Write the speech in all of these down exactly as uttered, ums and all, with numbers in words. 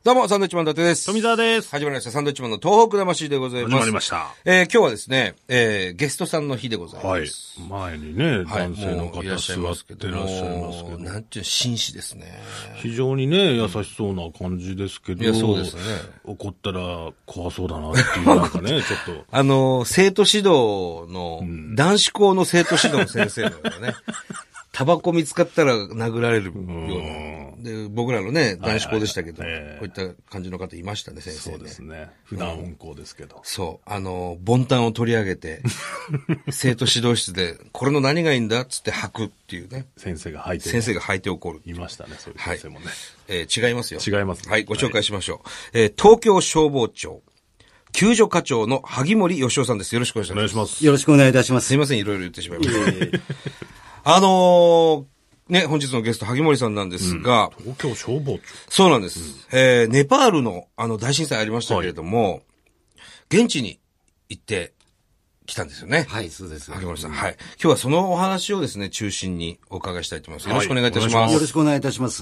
どうも、サンドウィッチマン伊達です。 富澤です。 始まりました。サンドウィッチマンの東北魂でございます。 始まりました。 えー、今日はですね、えー、ゲストさんの日でございます。 はい。前にね、 はい、 男性の方いらっしゃいますけど座ってらっしゃいますけど。 なんていう紳士ですね。 非常にね、優しそうな感じですけど。 いや、そうですね。 怒ったら怖そうだなっていう、なんかね、ちょっと。 あの、生徒指導の、うん、男子校の生徒指導の先生のようなね。タバコ見つかったら殴られるような。で、僕らのね、男子校でしたけど、はいはいはい、こういった感じの方いましたね、先生ね。 そうですね。普段温校ですけど。 そう。あの、ボンタンを取り上げて、生徒指導室で、これの何がいいんだっつって吐くっていうね。 先生が吐いて先生が吐いて怒る。 いましたね、そういう先生もね。はい、 えー、違いますよ。 違いますね。 はい、ご紹介しましょう。はい、えー、東京消防庁。救助課長の萩森義雄さんです。よろしくお願いします。 お願いします。 よろしくお願いいたします。 すいません、いろいろ言ってしまいました。あのー、ね、本日のゲスト、萩森さんなんですが、 うん、東京消防庁。 そうなんです。うん、えー、ネパールのあの大震災ありましたけれども、はい、現地に行ってきたんですよね。 はい、そうです。 萩森さん、うん。はい。今日はそのお話をですね、中心にお伺いしたいと思います。よろしくお願いいたします。はい、 よろしくお願いいたします。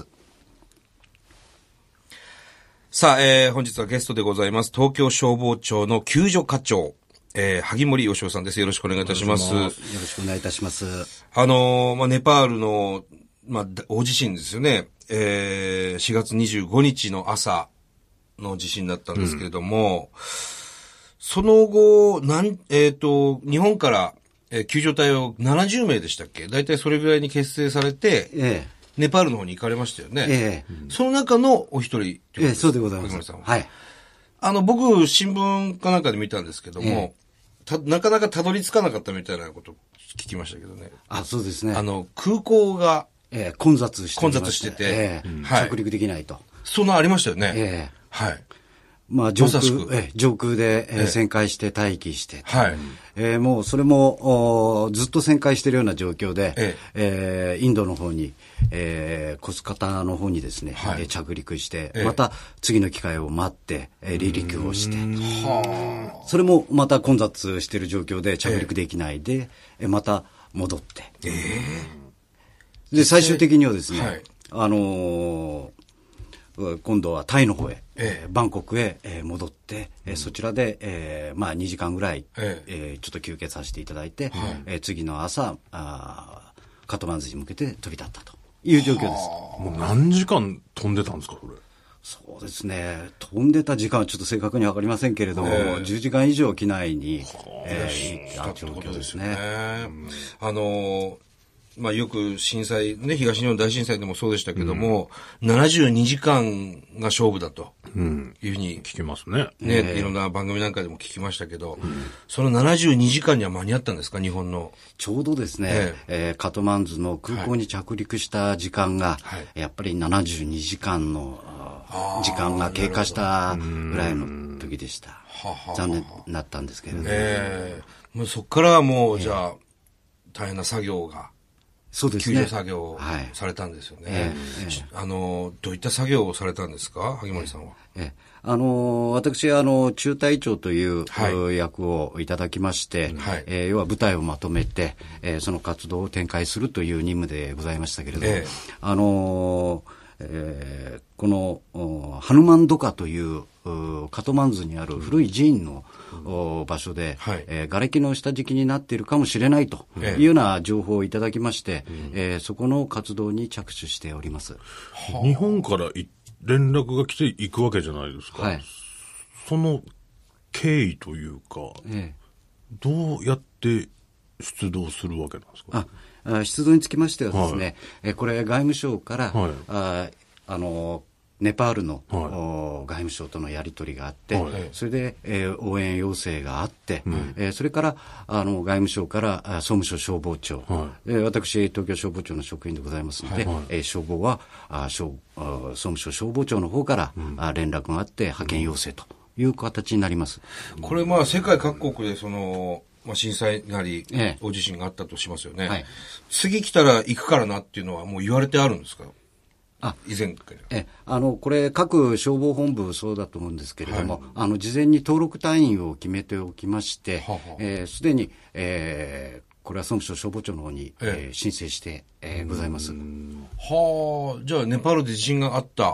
さあ、えー、本日はゲストでございます。東京消防庁の救助課長。えー、萩森義雄さんです。よろしくお願いいたします。よろしくお願いいたします。 あのー、まあ、ネパールの、まあ、大地震ですよね。えー、しがつにじゅうごにちの朝の地震だったんですけれども、うん、その後、なん、えっと、日本から、えー、救助隊をななじゅうめいでしたっけ？大体それぐらいに結成されて、ええ、ネパールの方に行かれましたよね。ええ、その中のお一人、 ええ、そうでございます。さんははい。 あの、僕、新聞かなんかで見たんですけども、ええたなかなかたどり着かなかったみたいなこと聞きましたけどね。 あ、そうですね。 あの、空港が、 えー、混雑して混雑してて、 えーうんはい、着陸できないと。 そんなありましたよね。 えー、 はい。 まあ、上空、えー、上空で、えー、旋回して待機して。 はい。 えー、もう、それも、ずっと旋回しているような状況で、えーえー、インドの方に、えー、コスカタの方にですね、はい、着陸して、えー、また次の機会を待って、えー、離陸をして、はそれもまた混雑している状況で着陸できないで、えー、また戻って、えー、で、最終的にはですね、はい、あのー、今度はタイの方へ、ええ、バンコクへ、えー、戻って、うん、そちらで、えー、まあにじかんぐらい、えええー、ちょっと休憩させていただいて、はいえー、次の朝あカトマンズに向けて飛び立ったという状況です。 もう何時間飛んでたんですか、それ。 そうですね。飛んでた時間はちょっと正確にわかりませんけれども、えー、じゅうじかん以上機内に、えー、いた状況ですね。 うん、あのーまあよく震災、ね、東日本大震災でもそうでしたけども、うん、ななじゅうにじかんが勝負だというふうに、うん、 聞きますね。 ね、えー、いろんな番組なんかでも聞きましたけど、うん、そのななじゅうにじかんには間に合ったんですか、日本の。 ちょうどですね、えーえー、カトマンズの空港に着陸した時間が、はい、やっぱりななじゅうにじかんの時間が経過したぐらいの時でした。残念だったんですけれども。 えー、もうそこからはもう、じゃあ、大変な作業が。 そうですね。 救助作業をされたんですよね。はいえー、あの、どういった作業をされたんですか、萩森さんは。 えー、あの、私は、あの、中隊長という、はい、役をいただきまして、はいえー、要は部隊をまとめて、えー、その活動を展開するという任務でございましたけれど、えー、あの、えー、この、ハヌマンドカという、カトマンズにある古い寺院の、うん、場所で、はいえー、瓦礫の下敷きになっているかもしれないというような情報をいただきまして、えーえー、そこの活動に着手しております。 日本から連絡が来ていくわけじゃないですか。はい、その経緯というか、えー、どうやって出動するわけなんですか。 あ出動につきましてはですね、はいえー、これ外務省から、はい、ああのネパールの、はい、外務省とのやり取りがあって、はい、それで、えー、応援要請があって、うんえー、それからあの外務省から総務省消防庁、はいえー、私東京消防庁の職員でございますので、はいえー、消防はあ消総務省消防庁の方から、うん、あ連絡があって派遣要請という形になります。 これまあ世界各国でそのまあ、震災なり、ええ、大地震があったとしますよね、はい。次来たら行くからなっていうのはもう言われてあるんですか。あ以前からえあのこれ各消防本部そうだと思うんですけれども、はい、あの事前に登録隊員を決めておきましてすで、えー、に、えー、これは総務省消防庁の方に、えええー、申請して、えー、ございます。 はあじゃあネパールで地震があった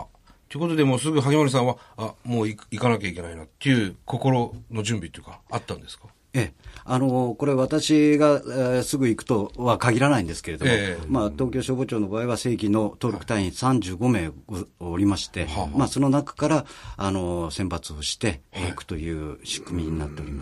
ということでもうすぐ萩森さんは、あ、もう行かなきゃいけないなっていう心の準備というか、あったんですか？ ええ、あのこれ私が、えー、すぐ行くとは限らないんですけれども、ええ、まあ、東京消防庁の場合は正規の登録隊員さんじゅうごめいおりまして、はい、まあ、その中からあの選抜をして行くという仕組みになっております。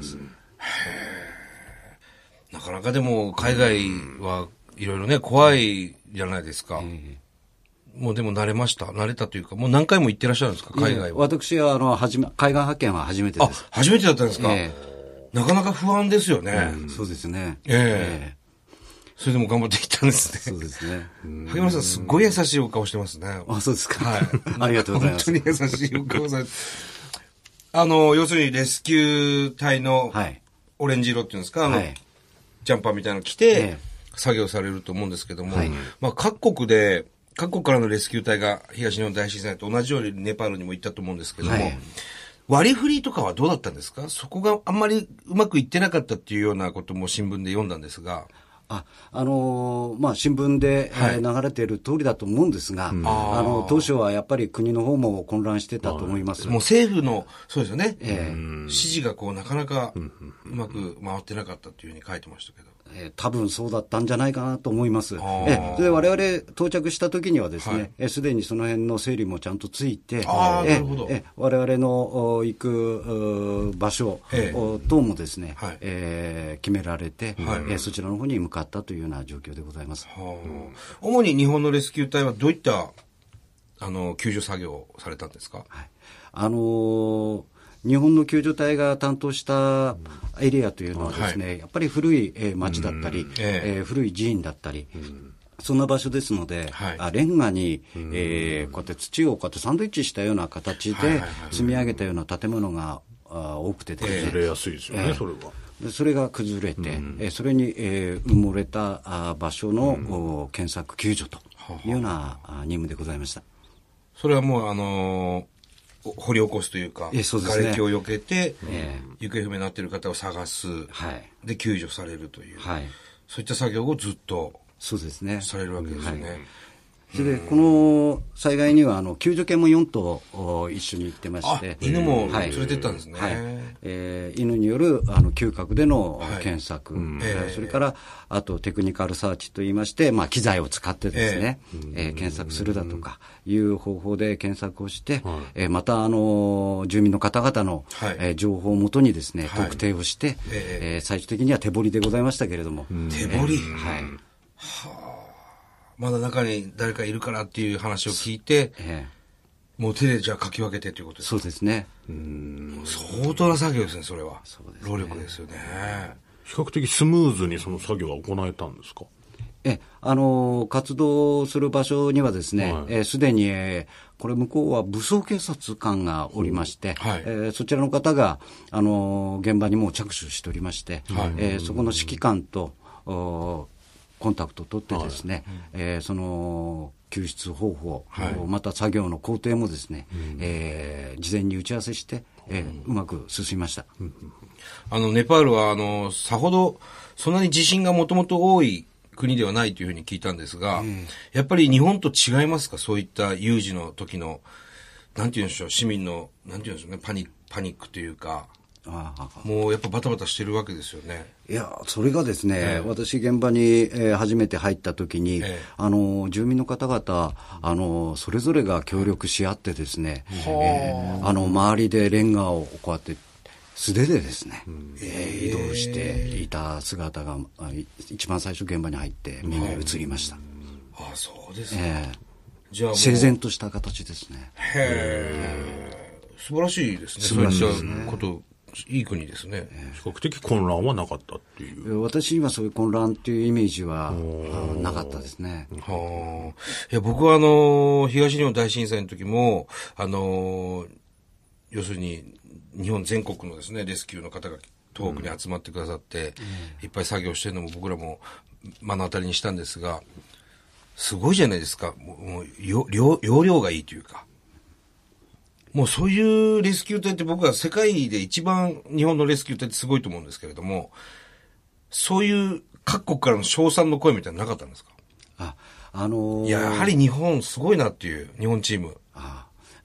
なかなかでも海外はいろいろね怖いじゃないですか。ええ、もうでも慣れました。慣れたというか、もう何回も行ってらっしゃるんですか、海外は。 私は、あの、はじめ、海岸派遣は初めてです。 あ、初めてだったんですか。えー、なかなか不安ですよね。 うん、そうですね。 ええー。それでも頑張ってきたんですね。 そうですね。 萩原さん、すっごい優しいお顔してますね。 あ、そうですか。 はい。 ありがとうございます。 本当に優しいお顔されて。あの、要するにレスキュー隊のオレンジ色っていうんですか、あの、はい、ジャンパーみたいなの着て、えー、作業されると思うんですけども、はい、まあ、各国で、各国からのレスキュー隊が東日本大震災と同じようにネパールにも行ったと思うんですけども、はい、割り振りとかはどうだったんですか？そこがあんまりうまくいってなかったっていうようなことも新聞で読んだんですが。 あ、あのー、まあ、新聞で、はい、えー、流れている通りだと思うんですが、うん、あの、当初はやっぱり国の方も混乱してたと思います。 もう政府の、そうですよね、えー、指示がこう、なかなかうまく回ってなかったっていうふうに書いてましたけど。 えー、多分そうだったんじゃないかなと思います。えー、それで我々到着した時にはですね、はい、すでにその辺の整理もちゃんとついて、 あー、なるほど。 えー、我々の行く場所、えー、等もですね、はい、えー、決められて、はい、えー、そちらの方に向かったというような状況でございます。 はあ、主に日本のレスキュー隊はどういったあの救助作業をされたんですか？ はい、あのー日本の救助隊が担当したエリアというのはですね、はい、やっぱり古い町だったり、うん、えー、古い寺院だったり、うん、そんな場所ですので、はい、レンガに、えー、こうやって土をこうやってサンドイッチしたような形で積み上げたような建物が多くてですね、 崩れやすいですよね、えー、それは。 それが崩れて、うん、それに、えー、埋もれた場所の、うん、検索救助というような任務でございました。 それはもうあのー掘り起こすというか、 えそうですね、 瓦礫を避けて、えー、行方不明になっている方を探す、はい、で救助されるという、はい、そういった作業をずっとそうですねされるわけですよね。はい、 それでこの災害にはあの救助犬もよんとう一緒に行ってまして、 犬も連れてったんですね。 はい、えー、犬によるあの嗅覚での検索、はい、えー、それからあとテクニカルサーチといいまして、まあ、機材を使ってですね、えーえー、検索するだとかいう方法で検索をして、はい、えー、またあの住民の方々の、はい、えー、情報をもとにですね、はい、特定をして、えーえー、最終的には手彫りでございましたけれども、 手彫り、 えー、はい、はあ、まだ中に誰かいるからっていう話を聞いて、ええ、もう手でじゃあかき分けてということですか？ そうですね。 うーん、相当な作業ですね、それは。そうですね。労力ですよね。 比較的スムーズにその作業は行えたんですか？ え、あの、活動する場所にはですね、はい、えー、すでに、えー、これ向こうは武装警察官がおりまして、はい、えー、そちらの方が、あの、現場にもう着手しておりまして、はい、えー、そこの指揮官と、コンタクトを取ってですね、はい、えー、その救出方法、はい、また作業の工程もですね、うん、えー、事前に打ち合わせして、えー、うまく進みました。うん、 あのネパールはあのさほどそんなに地震がもともと多い国ではないというふうに聞いたんですが、えー、やっぱり日本と違いますか？そういった有事の時のなんていうんでしょう、市民のなんていうんでしょうね、パニックパニックというか。ああ、もうやっぱバタバタしてるわけですよね。 いや、それがですね、えー、私現場に、えー、初めて入った時に、えー、あの住民の方々あのそれぞれが協力し合ってですね、えー、あの周りでレンガをこうやって素手でですね、えー、移動していた姿が一番最初現場に入って目に映りました。 ああ、そうですね、えー、 じゃあ整然とした形ですね。 へー、素晴らしいですね。素晴らしいですね。そういったこといい国ですね。 比較的混乱はなかったっていう。 私今そういう混乱っていうイメージはなかったですね。 はあ、いや僕はあの東日本大震災の時もあの要するに日本全国のですねレスキューの方が東北に集まってくださって、うん、いっぱい作業してるのも僕らも目の当たりにしたんですが、すごいじゃないですか。もう容量がいいというか。もうそういうレスキュー隊って僕は世界で一番日本のレスキュー隊ってすごいと思うんですけれども、そういう各国からの称賛の声みたいなのなかったんですか？ あ、あのー、 やはり日本すごいなっていう日本チーム。 あ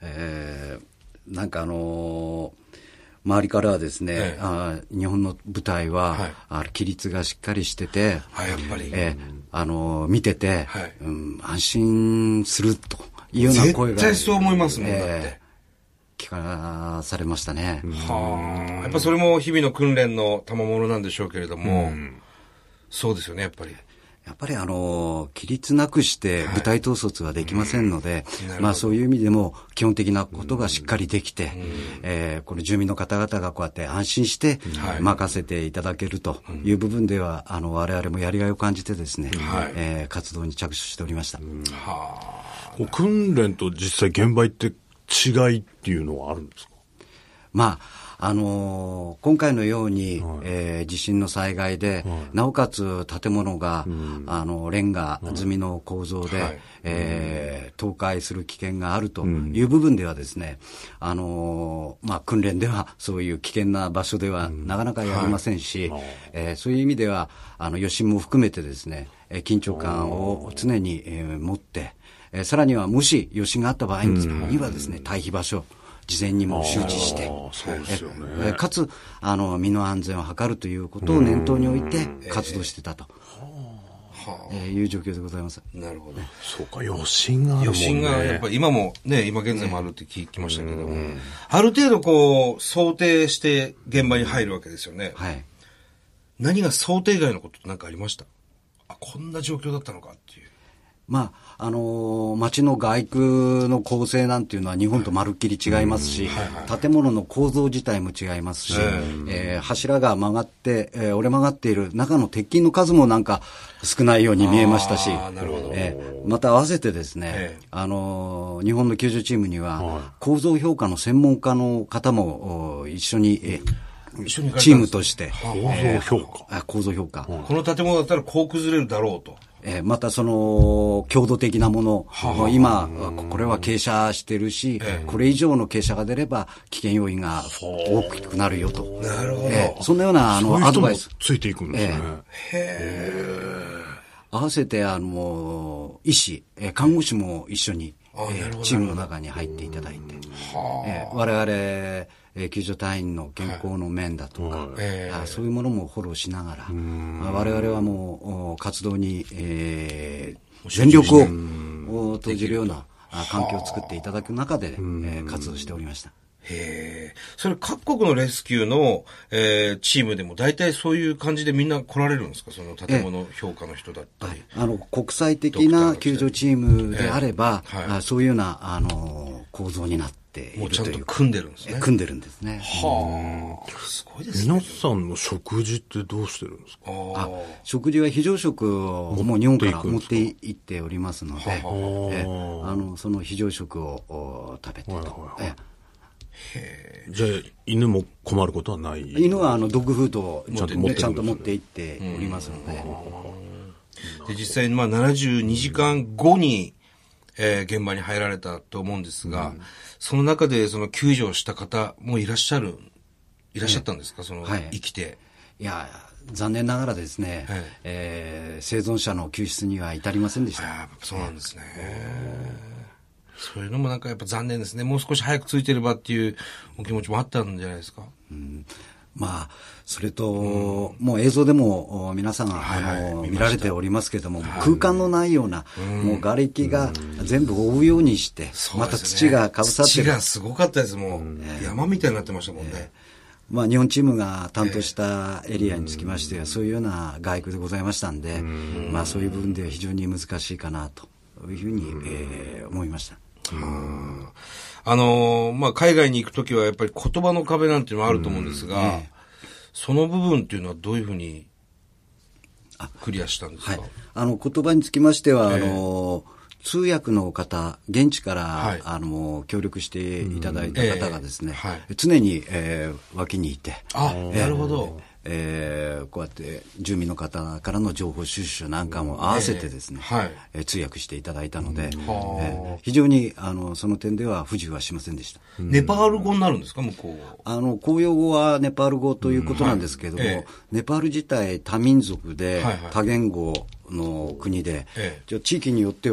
えー、なんかあのー周りからはですね、ええ、あ日本の舞台は、はい、あ規律がしっかりしてて、 はい、やっぱり、 えー、あの見てて、はい、うん、安心するというような声が絶対そう思いますもん、えー、だって聞かされましたね。 はあ、やっぱそれも日々の訓練の賜物なんでしょうけれども、うん、そうですよね、やっぱり。 やっぱりあの規律なくして舞台統率はできませんので、はい、まあそういう意味でも基本的なことがしっかりできて、えー、この住民の方々がこうやって安心して任せていただけるという部分では、あの我々もやりがいを感じてですね、はい、えー、活動に着手しておりました。 はあ、訓練と実際現場行って違いっていうのはあるんですか？ まああのー、今回のように、はい、えー、地震の災害で、はい、なおかつ建物が、うん、あのレンガ積みの構造で、はい、えー、倒壊する危険があるという部分ではですね、うん、あのー、まあ、訓練ではそういう危険な場所ではなかなかやりませんし、うん、はい、えー、そういう意味ではあの余震も含めてですね、緊張感を常に、えー、持って、えー、さらにはもし余震があった場合にはですね、退避場所事前にも周知して、 そうですよね、 えかつあの身の安全を図るということを念頭に置いて活動してたと、えー、いう状況でございます。 なるほど。 そうか、余震があるもんね。 余震がやっぱり今もね、今現在もあるって聞きましたけども、ある程度こう想定して現場に入るわけですよね。はい。何が想定外のことって何かありました？あ、こんな状況だったのかっていう。 まああのー、街の外区の構成なんていうのは日本とまるっきり違いますし、はい、建物の構造自体も違いますし、えー、柱が曲がって、えー、折れ曲がっている中の鉄筋の数もなんか少ないように見えましたし、えー、また合わせてですね、えーあのー、日本の救助チームには構造評価の専門家の方も一緒に、えー、一緒にチームとして構造評価、 えー、構造評価、 この建物だったらこう崩れるだろうと、 えー、またその強度的なもの、はあ、今これは傾斜してるし、えー、これ以上の傾斜が出れば危険要因が大きくなるよと、 なるほど、 えー、そんなようなあのアドバイスついていくんですね、 えー、合わせてあの医師、えー、看護師も一緒に、えー、チームの中に入っていただいて、えー、我々えー、救助隊員の健康の面だとか、はい、あそういうものもフォローしながら、まあ、我々はもう活動に、えー、全力を投じるような環境を作っていただく中で、えー、活動しておりました。 へえ。それ各国のレスキューの、えー、チームでも大体そういう感じでみんな来られるんですか？その建物評価の人だったり、 えー、あの国際的な救助チームであれば、えーはい、あそういうようなあの構造になってもうちゃんと組んでるんですね。 組んでるんですね。 はあ、すごいですね。 皆さんの食事ってどうしてるんですか？ あ、食事は非常食をもう日本から持っていっておりますので、えあのその非常食を食べてと。はいはいはい、 へじゃあ犬も困ることはない？ 犬はあのドッグフードをちゃんと持って、ちゃんと持って行っておりますので。 で実際にまあななじゅうにじかんごに、えー、現場に入られたと思うんですが、うん、その中でその救助をした方もいらっしゃる、いらっしゃったんですか、ね、その、はい、生きて。 いや、残念ながらですね、はい、えー、生存者の救出には至りませんでした。 あ、そうなんですね。そういうのもなんかやっぱ残念ですね。もう少し早くついてればっていうお気持ちもあったんじゃないですか。 うん、まあ、それと、うん、もう映像でも皆さんが、はいはい、あの見, 見られておりますけれども、はい、空間のないような、うん、もう瓦礫が全部覆うようにして、うん、また土がかぶさってる。 土がすごかったですもん、うん、山みたいになってましたもんね。えーまあ、日本チームが担当したエリアにつきましては、えー、そういうような外区でございましたんで、うん、まあ、そういう部分では非常に難しいかなというふうに、えー、思いました。 うんあのー、まあ、海外に行くときはやっぱり言葉の壁なんていうのはあると思うんですが、うんね、その部分っていうのはどういうふうにクリアしたんですか？はい、あの言葉につきましては、えー、あの通訳の方、現地から、はい、あの協力していただいた方がですね、うんえーはい、常に、えー、脇にいて、 あ、えー、なるほど。 えー、こうやって住民の方からの情報収集なんかも合わせてですね、えーはいえー、通訳していただいたので、うんえー、非常にあのその点では不自由はしませんでした。 ネパール語になるんですか、向こう？ あの公用語はネパール語ということなんですけれども、うんはいえー、ネパール自体多民族で、はいはい、多言語の国で、ええ、地域によっては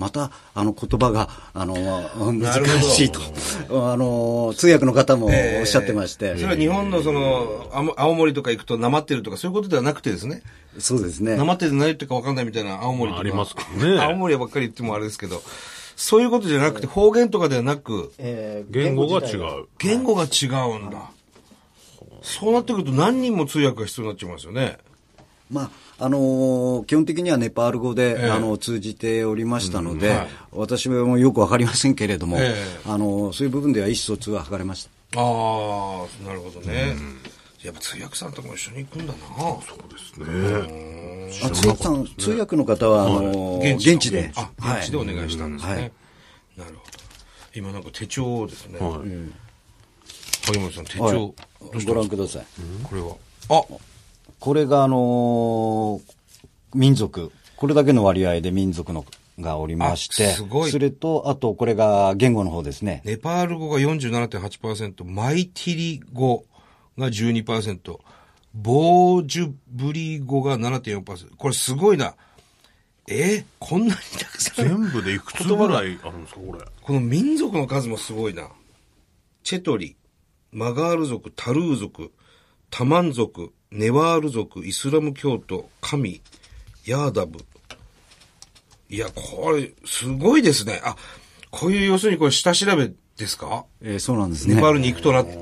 また、あの、言葉が、あの、難しいと、あの、通訳の方もおっしゃってまして。えー、 それは日本のその、青森とか行くとなまってるとかそういうことではなくてですね。 そうですね。 なまってて何言ってるか分かんないみたいな青森とか。 ありますかね。 青森はばっかり言ってもあれですけど、そういうことじゃなくて、方言とかではなく、 えー、言語が違う。 言語が違うんだ。そうなってくると何人も通訳が必要になっちゃいますよね。 まあ、あのー、基本的にはネパール語で、えー、あの、通じておりましたので、うんはい、私もよくわかりませんけれども、えー、あの、そういう部分では意思疎通は図れました。 ああ、なるほどね。うん、やっぱ通訳さんとも一緒に行くんだな。 そうですね。 あ、通訳さん、通訳の方は、あのー、現地で。 あ、現地でお願いしたんですね。はい、なるほど。今なんか手帳ですね。はい。萩本さん、手帳、はい、どうしたご覧ください。 これは。あ、 これがあのー、民族、これだけの割合で民族のがおりまして、すごい。それと、あとこれが言語の方ですね。 ネパール語が よんじゅうななてんはちパーセント、マイティリ語が じゅうにパーセント、ボージュブリ語が ななてんよんパーセント。これすごいな。えー、こんなにたくさん。 全部でいくつぐらいあるんですか、これ。 この民族の数もすごいな。チェトリ、マガール族、タルー族、タマン族、ネワール族、イスラム教徒、カミ、ヤーダブ。いや、これ、すごいですね。あ、こういう、要するにこれ下調べですか？ えー、そうなんですね。 ネパールに行くとなって。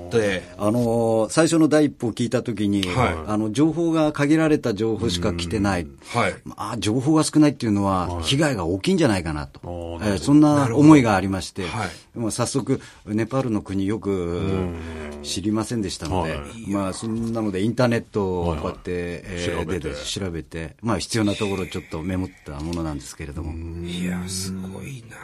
あのー、最初の第一歩を聞いたときに、はい、あの、情報が限られた情報しか来てない。はい。まあ、情報が少ないっていうのは、被害が大きいんじゃないかなと。はい、えー、そんな思いがありまして、はい。もう早速、ネパールの国よく知りませんでしたので、はい、まあ、そんなのでインターネットをこうやって、はいはい、えー、調べて、調べて、まあ、必要なところをちょっとメモったものなんですけれども。 いや、すごいな。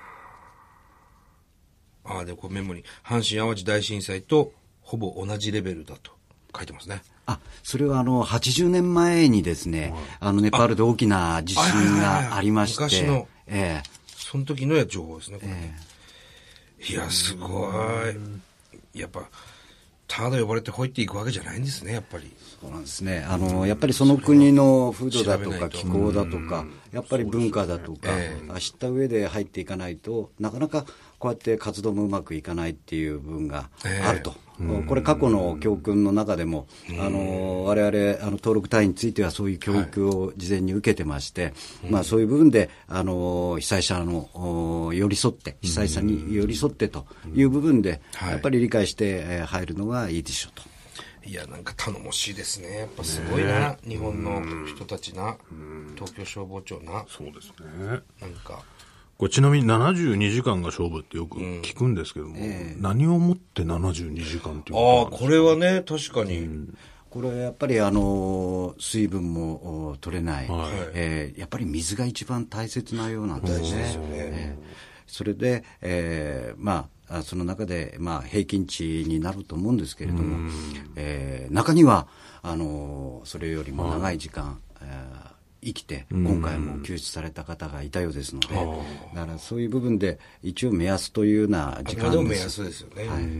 ああ、で、こうメモに、阪神淡路大震災とほぼ同じレベルだと書いてますね。 あ、それはあの、はちじゅうねんまえにですね、はい、あの、ネパールで大きな地震がありまして、 昔の、 ええ、 その時の情報ですね、これね。ええ、いや、すごい。やっぱ、ただ呼ばれてほいっていくわけじゃないんですね、やっぱり。 そうなんですね。あの、やっぱりその国の風土だとか気候だとか、やっぱり文化だとか、ええ、知った上で入っていかないと、なかなかこうやって活動もうまくいかないっていう部分があると。えー、これ過去の教訓の中でも、あの、我々、あの、登録隊員についてはそういう教育を事前に受けてまして、はい、まあそういう部分で、あの、被災者の寄り添って、被災者に寄り添ってという部分で、やっぱり理解して入るのがいいでしょうと。 いや、なんか頼もしいですね。やっぱすごいな、ね、日本の人たちな、東京消防庁な。 そうですね。 なんか。 これちなみにななじゅうにじかんが勝負ってよく聞くんですけども、うんえー、何をもってななじゅうにじかんっていうことなんですか？ ああ、これはね、確かに。うん、 これはやっぱりあの、水分も取れない、はい、えー、やっぱり水が一番大切なようなんですね。大事ですよね。えー、それで、えー、まあ、その中で、まあ、平均値になると思うんですけれども、えー、中には、あの、それよりも長い時間、えー生きて今回も救出された方がいたようですので、だからそういう部分で一応目安というような時間です。 あでも目安ですよね。はい、うん、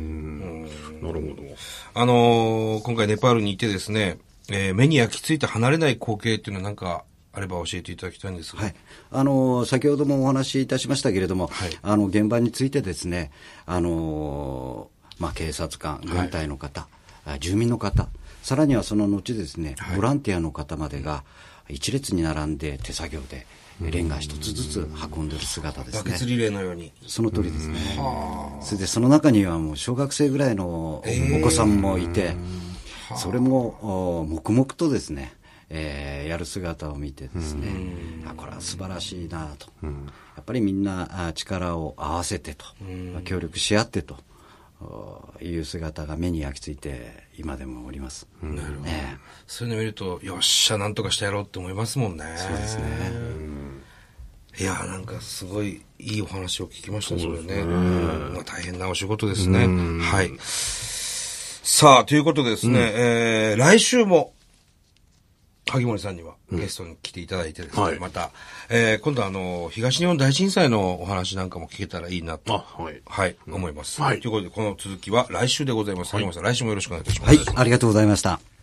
なるほど。 あのー、今回ネパールにいてですね、えー、目に焼き付いて離れない光景っていうのは何かあれば教えていただきたいんですが。 はい。あのー、先ほどもお話しいたしましたけれども、はい、あの現場についてですね、あのー、まあ警察官、軍隊の方、はい、住民の方、さらにはその後ですね、ボランティアの方までが、一列に並んで手作業でレンガ一つずつ運んでる姿ですね。 バケツリレーのように。 その通りですね。それでその中にはもう小学生ぐらいのお子さんもいて、それも黙々とですね、えー、やる姿を見てですね、あ、これは素晴らしいなと。やっぱりみんな力を合わせてと、協力し合ってという姿が目に焼き付いて今でもおります。 なるほど、ね、そういうのを見るとよっしゃなんとかしてやろうって思いますもんね。 そうですね。 いやなんかすごいいいお話を聞きましたね。それね、まあ、大変なお仕事ですね。はい。さあということでですね、うん、えー、来週も萩森さんにはゲストに来ていただいてですね、うん、はい、また、えー、今度はあの東日本大震災のお話なんかも聞けたらいいなと、はい、はい、思います。はい。ということでこの続きは来週でございます。萩森さん、来週もよろしくお願いいたします。 はい、ありがとうございました。